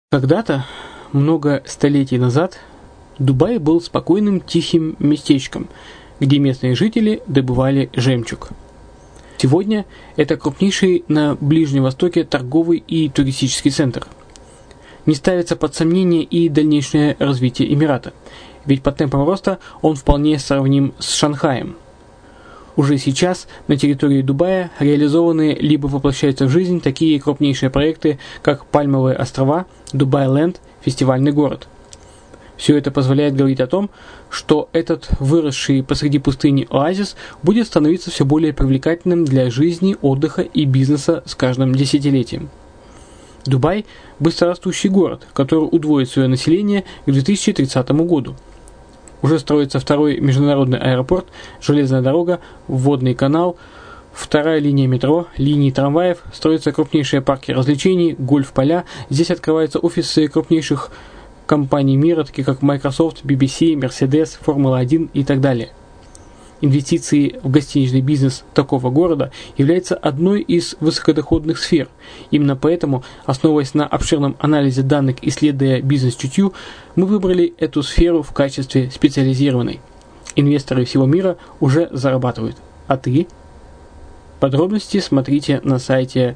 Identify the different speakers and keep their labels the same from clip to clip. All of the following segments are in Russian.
Speaker 1: Когда-то, много столетий назад, Дубай был спокойным тихим местечком, где местные жители добывали жемчуг. Сегодня это крупнейший на Ближнем Востоке торговый и туристический центр. Не ставится под сомнение и дальнейшее развитие Эмирата, ведь по темпам роста он вполне сравним с Шанхаем. Уже сейчас на территории Дубая реализованы либо воплощаются в жизнь такие крупнейшие проекты, как Пальмовые острова, Дубай-Ленд, фестивальный город. Все это позволяет говорить о том, что этот выросший посреди пустыни оазис будет становиться все более привлекательным для жизни, отдыха и бизнеса с каждым десятилетием. Дубай – быстрорастущий город, который удвоит свое население к 2030 году. Уже строится второй международный аэропорт, железная дорога, водный канал, вторая линия метро, линии трамваев, строятся крупнейшие парки развлечений, гольф-поля. Здесь открываются офисы крупнейших компаний мира, таких как Microsoft, BBC, Mercedes, Формула-1 и так далее. Инвестиции в гостиничный бизнес такого города являются одной из высокодоходных сфер. Именно поэтому, основываясь на обширном анализе данных, исследуя бизнес-чутью, мы выбрали эту сферу в качестве специализированной. Инвесторы всего мира уже зарабатывают. А ты? Подробности смотрите на сайте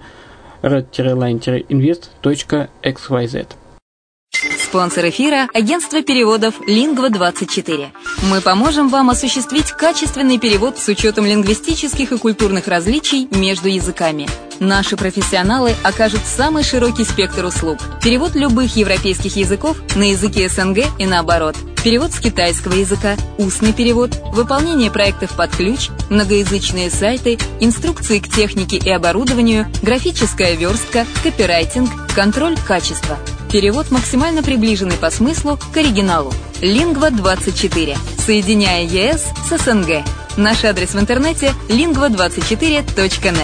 Speaker 1: red-line-invest.xyz.
Speaker 2: Спонсор эфира – агентство переводов Lingva24. Мы поможем вам осуществить качественный перевод с учетом лингвистических и культурных различий между языками. Наши профессионалы окажут самый широкий спектр услуг. Перевод любых европейских языков на языки СНГ и наоборот. Перевод с китайского языка, устный перевод, выполнение проектов под ключ, многоязычные сайты, инструкции к технике и оборудованию, графическая верстка, копирайтинг, контроль качества. Перевод максимально приближенный по смыслу к оригиналу. Lingva24. Соединяя ЕС с СНГ. Наш адрес в интернете lingva24.net.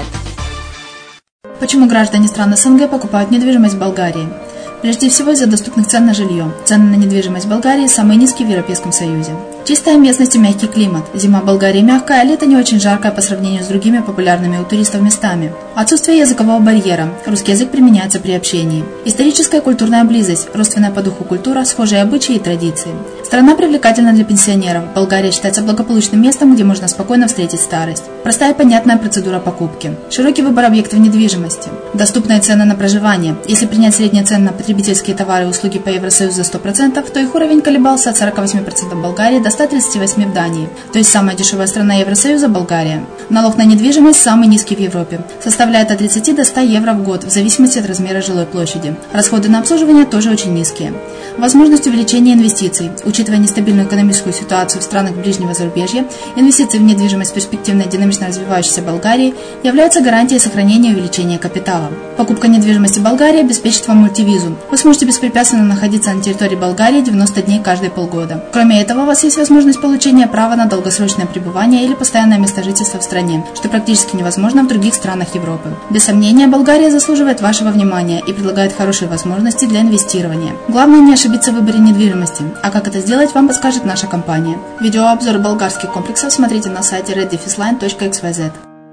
Speaker 3: Почему граждане стран СНГ покупают недвижимость в Болгарии? Прежде всего из-за доступных цен на жилье. Цены на недвижимость в Болгарии самые низкие в Европейском Союзе. Чистая местность и мягкий климат. Зима в Болгарии мягкая, а лето не очень жаркое по сравнению с другими популярными у туристов местами. Отсутствие языкового барьера. Русский язык применяется при общении. Историческая и культурная близость. Родственная по духу культура, схожие обычаи и традиции. Страна привлекательна для пенсионеров. Болгария считается благополучным местом, где можно спокойно встретить старость. Простая и понятная процедура покупки. Широкий выбор объектов недвижимости. Доступные цены на проживание. Если принять средние цены на потребительские товары и услуги по Евросоюзу за 100%, то их уровень колебался от 48% в Болгарии до 138% в Дании. То есть самая дешевая страна Евросоюза – Болгария. Налог на недвижимость самый низкий в Европе. Составляет от 30 до 100 евро в год, в зависимости от размера жилой площади. Расходы на обслуживание тоже очень низкие. Возможность увеличения инвестиций. Учитывая нестабильную экономическую ситуацию в странах ближнего зарубежья, инвестиции в недвижимость перспективной и динамично развивающейся Болгарии являются гарантией сохранения и увеличения капитала. Покупка недвижимости в Болгарии обеспечит вам мультивизу. Вы сможете беспрепятственно находиться на территории Болгарии 90 дней каждые полгода. Кроме этого, у вас есть возможность получения права на долгосрочное пребывание или постоянное место жительства в стране, что практически невозможно в других странах Европы. Без сомнения, Болгария заслуживает вашего внимания и предлагает хорошие возможности для инвестирования. Главное не ошибиться в выборе недвижимости, а как это сделать, вам подскажет наша компания. Видеообзор болгарских комплексов смотрите на сайте red-line.xyz.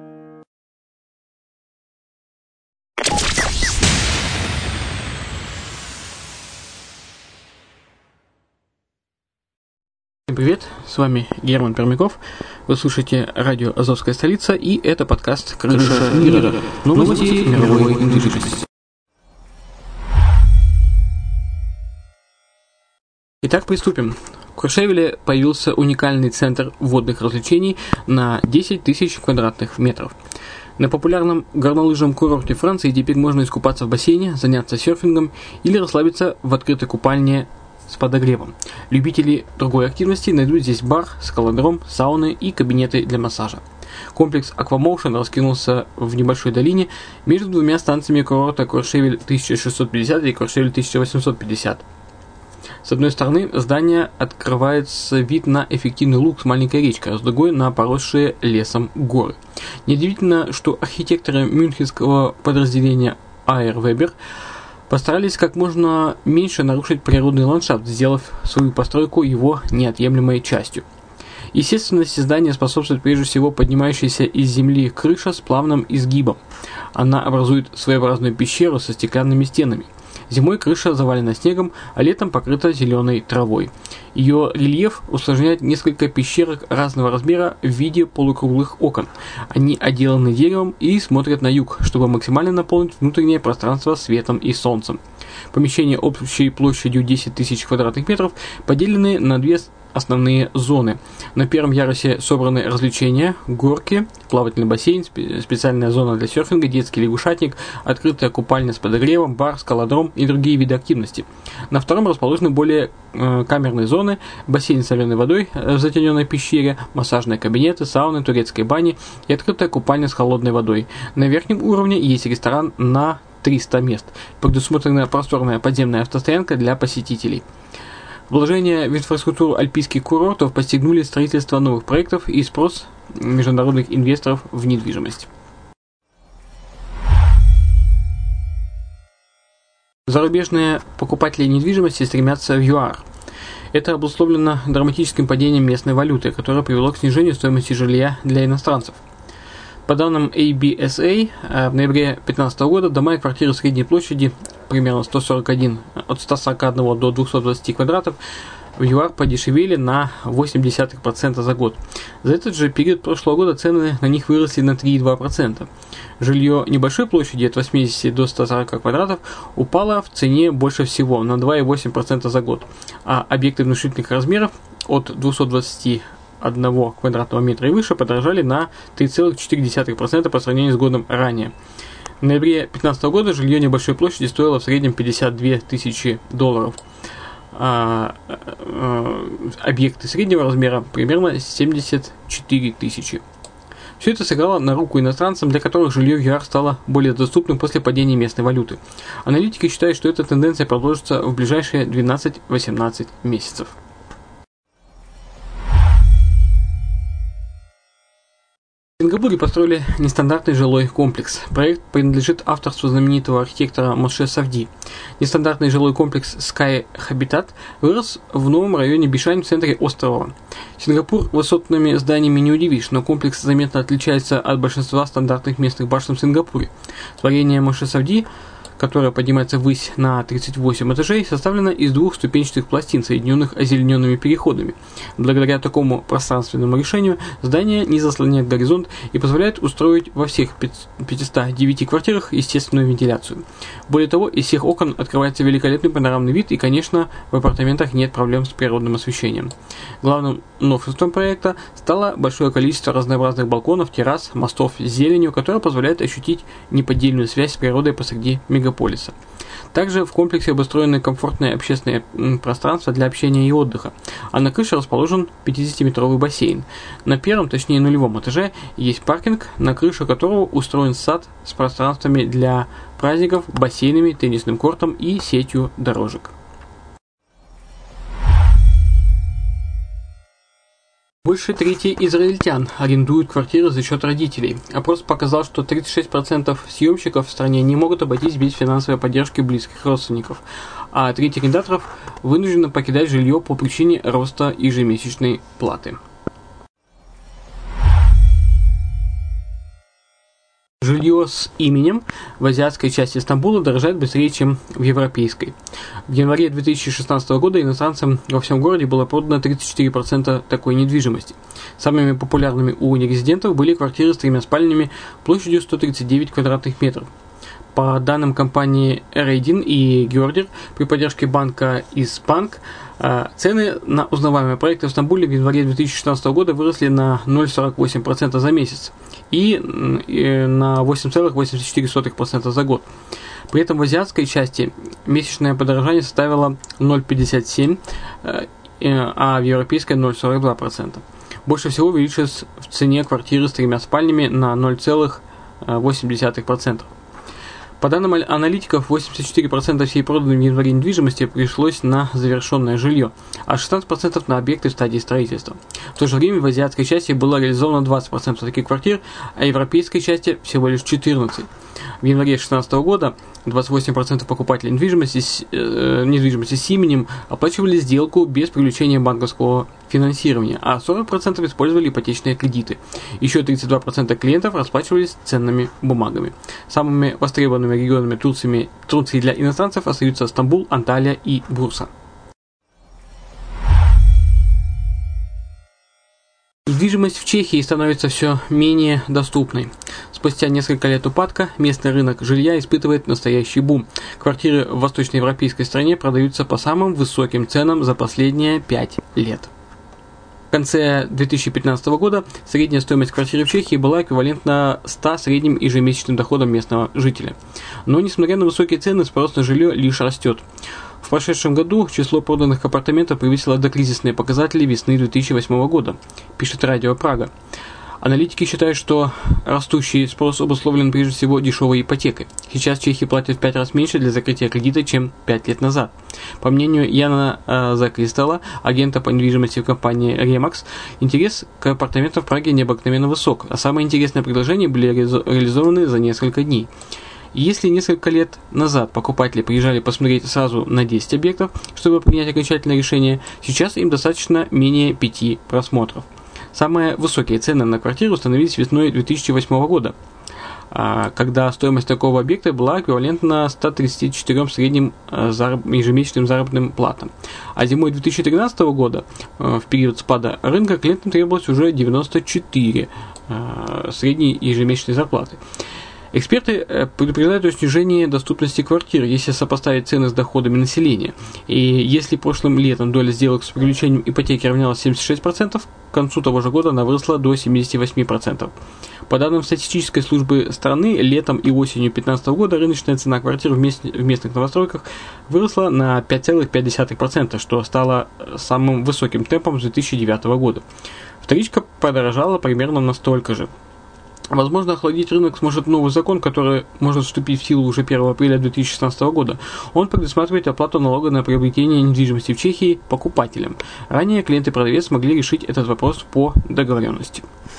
Speaker 1: Всем привет, с вами Герман Пермяков, вы слушаете радио «Азовская столица» и это подкаст «Крыша мира. Новости мировой недвижимости». Итак, приступим. В Куршевеле появился уникальный центр водных развлечений на 10 тысяч квадратных метров. На популярном горнолыжном курорте Франции теперь можно искупаться в бассейне, заняться серфингом или расслабиться в открытой купальне с подогревом. Любители другой активности найдут здесь бар, скалодром, сауны и кабинеты для массажа. Комплекс Aquamotion раскинулся в небольшой долине между двумя станциями курорта Куршевель 1650 и Куршевель 1850. С одной стороны здания открывается вид на эффективный луг с маленькой речкой, а с другой на поросшие лесом горы. Неудивительно, что архитекторы мюнхенского подразделения Air Weber постарались как можно меньше нарушить природный ландшафт, сделав свою постройку его неотъемлемой частью. Естественность здания способствует прежде всего поднимающейся из земли крыша с плавным изгибом. Она образует своеобразную пещеру со стеклянными стенами. Зимой крыша завалена снегом, а летом покрыта зеленой травой. Ее рельеф усложняет несколько пещерок разного размера в виде полукруглых окон. Они отделаны деревом и смотрят на юг, чтобы максимально наполнить внутреннее пространство светом и солнцем. Помещения общей площадью 10 тысяч квадратных метров поделены на две основные зоны. На первом ярусе собраны развлечения, горки, плавательный бассейн, специальная зона для серфинга, детский лягушатник, открытая купальня с подогревом, бар, скалодром и другие виды активности. На втором расположены более камерные зоны, бассейн с соленой водой в затененной пещере, массажные кабинеты, сауны, турецкие бани и открытая купальня с холодной водой. На верхнем уровне есть ресторан на 300 мест. Предусмотрена просторная подземная автостоянка для посетителей. Вложения в инфраструктуру альпийских курортов подстегнули строительство новых проектов и спрос международных инвесторов в недвижимость. Зарубежные покупатели недвижимости стремятся в ЮАР. Это обусловлено драматическим падением местной валюты, которое привело к снижению стоимости жилья для иностранцев. По данным ABSA, в ноябре 2015 года дома и квартиры средней площади примерно от 141 до 220 квадратов в ЮАР подешевели на 0,8% за год. За этот же период прошлого года цены на них выросли на 3,2%. Жилье небольшой площади от 80 до 140 квадратов упало в цене больше всего на 2,8% за год, а объекты внушительных размеров от 221 квадратного метра и выше подорожали на 3,4% по сравнению с годом ранее. В ноябре 2015 года жилье небольшой площади стоило в среднем $52 тысячи, а объекты среднего размера примерно 74 тысячи. Все это сыграло на руку иностранцам, для которых жилье в ЮАР стало более доступным после падения местной валюты. Аналитики считают, что эта тенденция продолжится в ближайшие 12-18 месяцев. В Сингапуре построили нестандартный жилой комплекс. Проект принадлежит авторству знаменитого архитектора Моше Сафди. Нестандартный жилой комплекс Sky Habitat вырос в новом районе Бишань в центре острова. Сингапур высотными зданиями не удивишь, но комплекс заметно отличается от большинства стандартных местных башен в Сингапуре. Творение Моше Сафди, которая поднимается ввысь на 38 этажей, составлена из двух ступенчатых пластин, соединенных озелененными переходами. Благодаря такому пространственному решению здание не заслоняет горизонт и позволяет устроить во всех 509 квартирах естественную вентиляцию. Более того, из всех окон открывается великолепный панорамный вид и, конечно, в апартаментах нет проблем с природным освещением. Главным новшеством проекта стало большое количество разнообразных балконов, террас, мостов с зеленью, которое позволяет ощутить неподдельную связь с природой посреди мегаполиса. Также в комплексе обустроены комфортные общественные пространства для общения и отдыха, а на крыше расположен 50-метровый бассейн. На первом, точнее нулевом этаже, есть паркинг, на крыше которого устроен сад с пространствами для праздников, бассейнами, теннисным кортом и сетью дорожек. Больше трети израильтян арендуют квартиры за счет родителей. Опрос показал, что 36% съемщиков в стране не могут обойтись без финансовой поддержки близких родственников, а треть арендаторов вынуждены покидать жилье по причине роста ежемесячной платы. Жилье с именем в азиатской части Стамбула дорожает быстрее, чем в европейской. В январе 2016 года иностранцам во всем городе было продано 34% такой недвижимости. Самыми популярными у нерезидентов были квартиры с 3 спальнями площадью 139 квадратных метров. По данным компании R1 и Гёрдер, при поддержке банка Избанк, цены на узнаваемые проекты в Стамбуле в январе 2016 года выросли на 0,48% за месяц и на 8,84% за год. При этом в азиатской части месячное подорожание составило 0,57%, а в европейской 0,42%. Больше всего увеличилось в цене квартиры с 3 спальнями на 0,8%. По данным аналитиков, 84% всей проданной в январе недвижимости пришлось на завершенное жилье, а 16% на объекты в стадии строительства. В то же время в азиатской части было реализовано 20% таких квартир, а в европейской части всего лишь 14%. В январе 2016 года 28% покупателей недвижимости с именем оплачивали сделку без привлечения банковского финансирования, а 40% использовали ипотечные кредиты. Еще 32% клиентов расплачивались ценными бумагами. Самыми востребованными регионами Турции для иностранцев остаются Стамбул, Анталия и Бурса. Недвижимость в Чехии становится все менее доступной. Спустя несколько лет упадка местный рынок жилья испытывает настоящий бум. Квартиры в восточноевропейской стране продаются по самым высоким ценам за последние 5 лет. В конце 2015 года средняя стоимость квартиры в Чехии была эквивалентна 100 средним ежемесячным доходам местного жителя. Но, несмотря на высокие цены, спрос на жилье лишь растет. В прошедшем году число проданных апартаментов превысило докризисные показатели весны 2008 года, пишет Радио Прага. Аналитики считают, что растущий спрос обусловлен прежде всего дешевой ипотекой. Сейчас чехи платят в 5 раз меньше для закрытия кредита, чем 5 лет назад. По мнению Яна Закристала, агента по недвижимости в компании Remax, интерес к апартаментам в Праге необыкновенно высок, а самые интересные предложения были реализованы за несколько дней. Если несколько лет назад покупатели приезжали посмотреть сразу на 10 объектов, чтобы принять окончательное решение, сейчас им достаточно менее 5 просмотров. Самые высокие цены на квартиру установились весной 2008 года, когда стоимость такого объекта была эквивалентна 134 средним ежемесячным заработным платам. А зимой 2013 года, в период спада рынка, клиентам требовалось уже 94 средней ежемесячной зарплаты. Эксперты предупреждают о снижении доступности квартир, если сопоставить цены с доходами населения. И если прошлым летом доля сделок с привлечением ипотеки равнялась 76%, к концу того же года она выросла до 78%. По данным статистической службы страны, летом и осенью 2015 года рыночная цена квартир в местных новостройках выросла на 5,5%, что стало самым высоким темпом с 2009 года. Вторичка подорожала примерно настолько же. Возможно, охладить рынок сможет новый закон, который может вступить в силу уже 1 апреля 2016 года. Он предусматривает оплату налога на приобретение недвижимости в Чехии покупателям. Ранее клиент и продавец могли решить этот вопрос по договоренности.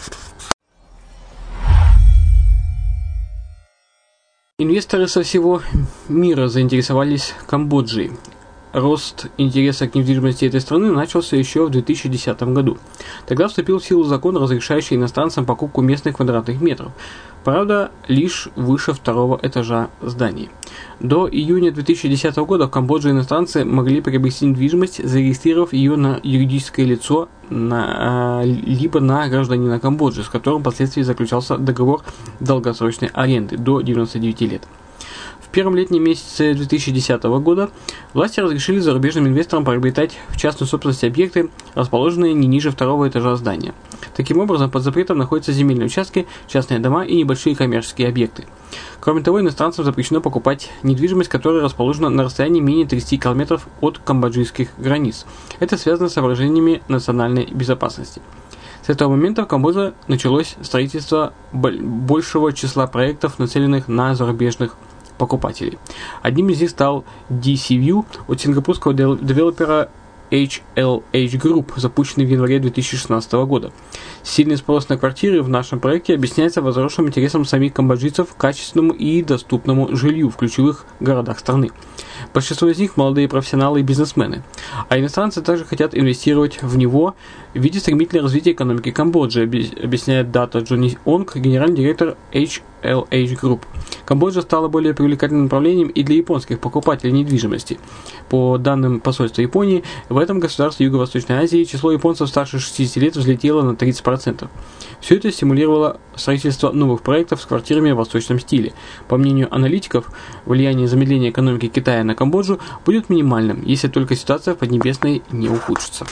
Speaker 1: Инвесторы со всего мира заинтересовались Камбоджей. Рост интереса к недвижимости этой страны начался еще в 2010 году. Тогда вступил в силу закон, разрешающий иностранцам покупку местных квадратных метров. Правда, лишь выше 2-го этажа зданий. До июня 2010 года в Камбодже иностранцы могли приобрести недвижимость, зарегистрировав ее на юридическое лицо, либо на гражданина Камбоджи, с которым впоследствии заключался договор долгосрочной аренды до 99 лет. В первом летнем месяце 2010 года власти разрешили зарубежным инвесторам приобретать в частной собственности объекты, расположенные не ниже 2-го этажа здания. Таким образом, под запретом находятся земельные участки, частные дома и небольшие коммерческие объекты. Кроме того, иностранцам запрещено покупать недвижимость, которая расположена на расстоянии менее 30 км от камбоджийских границ. Это связано с соображениями национальной безопасности. С этого момента в Камбодже началось строительство большего числа проектов, нацеленных на зарубежных покупателей. Одним из них стал DC View от сингапурского девелопера HLH Group, запущенный в январе 2016 года. Сильный спрос на квартиры в нашем проекте объясняется возросшим интересом самих камбоджийцев к качественному и доступному жилью в ключевых городах страны. Большинство из них молодые профессионалы и бизнесмены, а иностранцы также хотят инвестировать в него в виде стремительного развития экономики Камбоджи, объясняет Дата Джонни Онг, генеральный директор HLH Group. Камбоджа стала более привлекательным направлением и для японских покупателей недвижимости. По данным посольства Японии, в этом государстве Юго-Восточной Азии число японцев старше 60 лет взлетело на 30%. Все это стимулировало строительство новых проектов с квартирами в восточном стиле. По мнению аналитиков, влияние замедления экономики Китая на Камбоджу будет минимальным, если только ситуация в Поднебесной не ухудшится.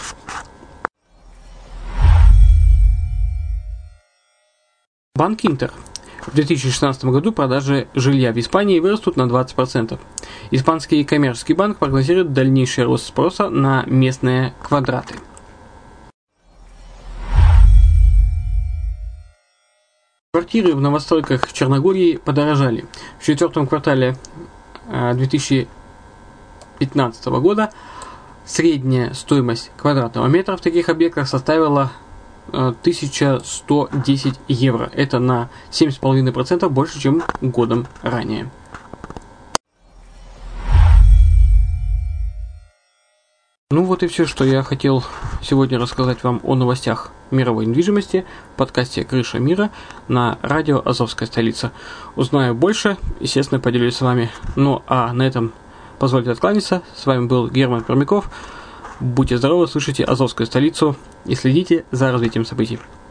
Speaker 1: Банк Интер. В 2016 году продажи жилья в Испании вырастут на 20%. Испанский коммерческий банк прогнозирует дальнейший рост спроса на местные квадраты. Квартиры в новостройках Черногории подорожали. В четвертом квартале 2015 года средняя стоимость квадратного метра в таких объектах составила 1110 евро. Это на 7,5% больше, чем годом ранее. Ну вот и все, что я хотел сегодня рассказать вам о новостях мировой недвижимости в подкасте «Крыша мира» на радио «Азовская столица». Узнаю больше, естественно, поделюсь с вами. Ну а на этом позвольте откланяться. С вами был Герман Пермяков. Будьте здоровы, слушайте «Азовскую столицу» и следите за развитием событий.